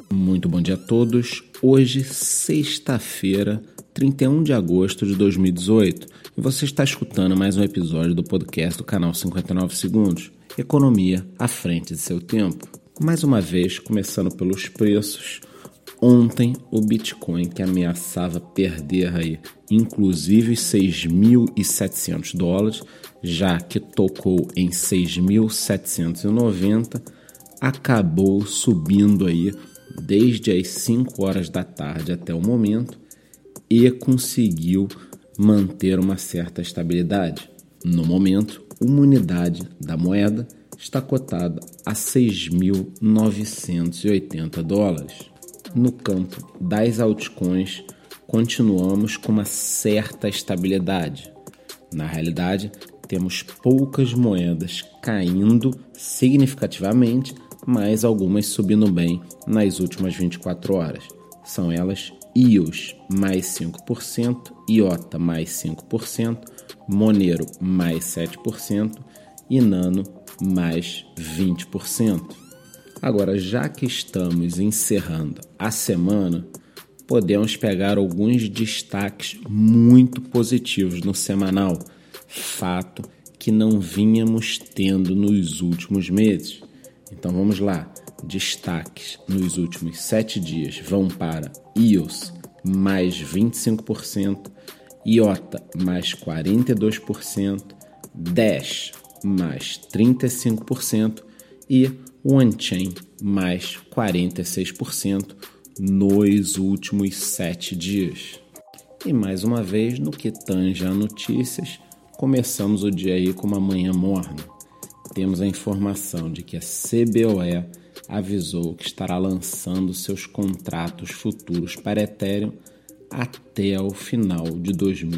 Muito bom dia a todos. Hoje, sexta-feira, 31 de agosto de 2018, e você está escutando mais um episódio do podcast do canal 59 Segundos, Economia à frente de seu tempo. Mais uma vez, começando pelos preços, ontem o Bitcoin, que ameaçava perder aí, inclusive os $6.700, já que tocou em 6.790, acabou subindo aí desde as 5 horas da tarde até o momento e conseguiu manter uma certa estabilidade. No momento, uma unidade da moeda está cotada a $6.980. No campo das altcoins, continuamos com uma certa estabilidade. Na realidade, temos poucas moedas caindo significativamente, mas algumas subindo bem nas últimas 24 horas. São elas EOS mais 5%, IOTA mais 5%, Monero mais 7% e Nano mais 20%. Agora, já que estamos encerrando a semana, podemos pegar alguns destaques muito positivos no semanal, fato que não vínhamos tendo nos últimos meses. Então vamos lá, destaques nos últimos 7 dias vão para EOS mais 25%, IOTA mais 42%, Dash mais 35% e OneChain mais 46% nos últimos 7 dias. E mais uma vez, no que tange a notícias, começamos o dia aí com uma manhã morna. Temos a informação de que a CBOE avisou que estará lançando seus contratos futuros para Ethereum até o final de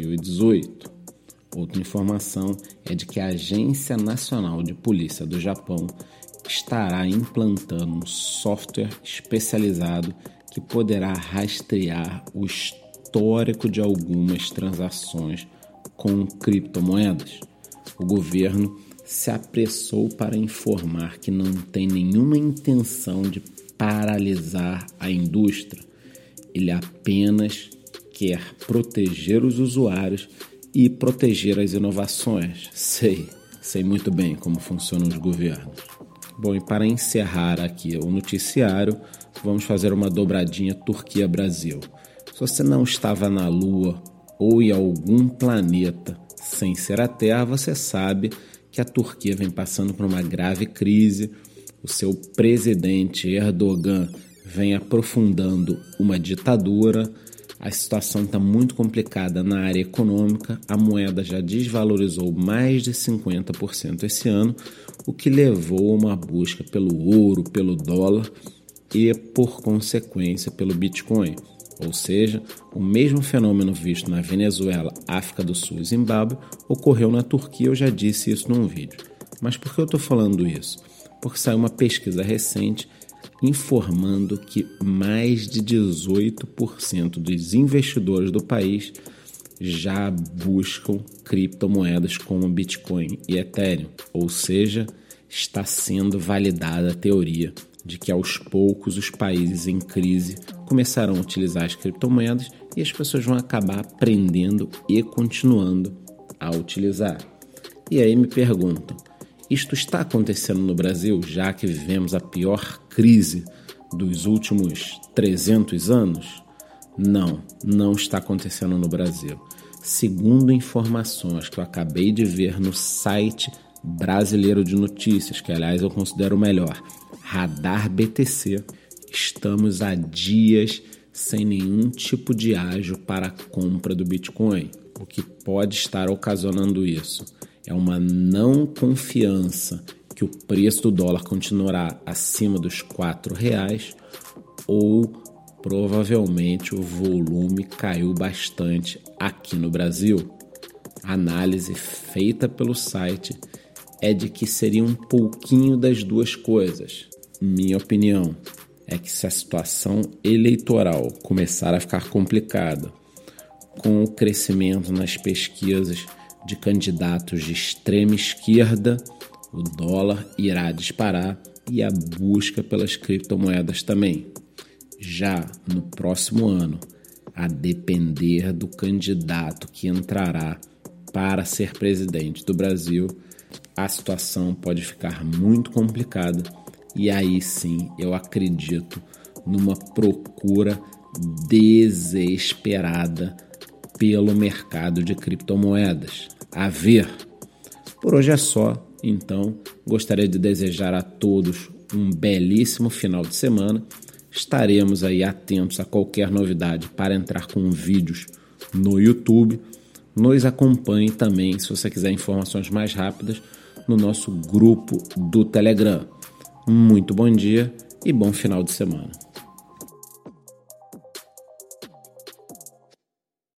2018. Outra informação é de que a Agência Nacional de Polícia do Japão estará implantando um software especializado que poderá rastrear o histórico de algumas transações com criptomoedas. O governo se apressou para informar que não tem nenhuma intenção de paralisar a indústria. Ele apenas quer proteger os usuários e proteger as inovações. Sei muito bem como funcionam os governos. Bom, e para encerrar aqui o noticiário, vamos fazer uma dobradinha Turquia-Brasil. Se você não estava na Lua ou em algum planeta sem ser a Terra, você sabe que a Turquia vem passando por uma grave crise. O seu presidente Erdogan vem aprofundando uma ditadura. A situação está muito complicada na área econômica. A moeda já desvalorizou mais de 50% esse ano, o que levou a uma busca pelo ouro, pelo dólar e, por consequência, pelo Bitcoin. Ou seja, o mesmo fenômeno visto na Venezuela, África do Sul e Zimbábue ocorreu na Turquia, eu já disse isso num vídeo. Mas por que eu estou falando isso? Porque saiu uma pesquisa recente informando que mais de 18% dos investidores do país já buscam criptomoedas como Bitcoin e Ethereum. Ou seja, está sendo validada a teoria de que aos poucos os países em crise começarão a utilizar as criptomoedas e as pessoas vão acabar aprendendo e continuando a utilizar. E aí me perguntam, isto está acontecendo no Brasil, já que vivemos a pior crise dos últimos 300 anos? Não está acontecendo no Brasil. Segundo informações que eu acabei de ver no site brasileiro de notícias, que aliás eu considero o melhor, Radar BTC, estamos há dias sem nenhum tipo de ágio para a compra do Bitcoin. O que pode estar ocasionando isso é uma não confiança que o preço do dólar continuará acima dos R$4 ou provavelmente o volume caiu bastante aqui no Brasil. A análise feita pelo site é de que seria um pouquinho das duas coisas. Minha opinião é que se a situação eleitoral começar a ficar complicada, com o crescimento nas pesquisas de candidatos de extrema esquerda, o dólar irá disparar e a busca pelas criptomoedas também. Já no próximo ano, a depender do candidato que entrará para ser presidente do Brasil, a situação pode ficar muito complicada e aí sim eu acredito numa procura desesperada pelo mercado de criptomoedas. A ver. Por hoje é só, então gostaria de desejar a todos um belíssimo final de semana. Estaremos aí atentos a qualquer novidade para entrar com vídeos no YouTube. Nos acompanhe também, se você quiser informações mais rápidas, no nosso grupo do Telegram. Muito bom dia e bom final de semana.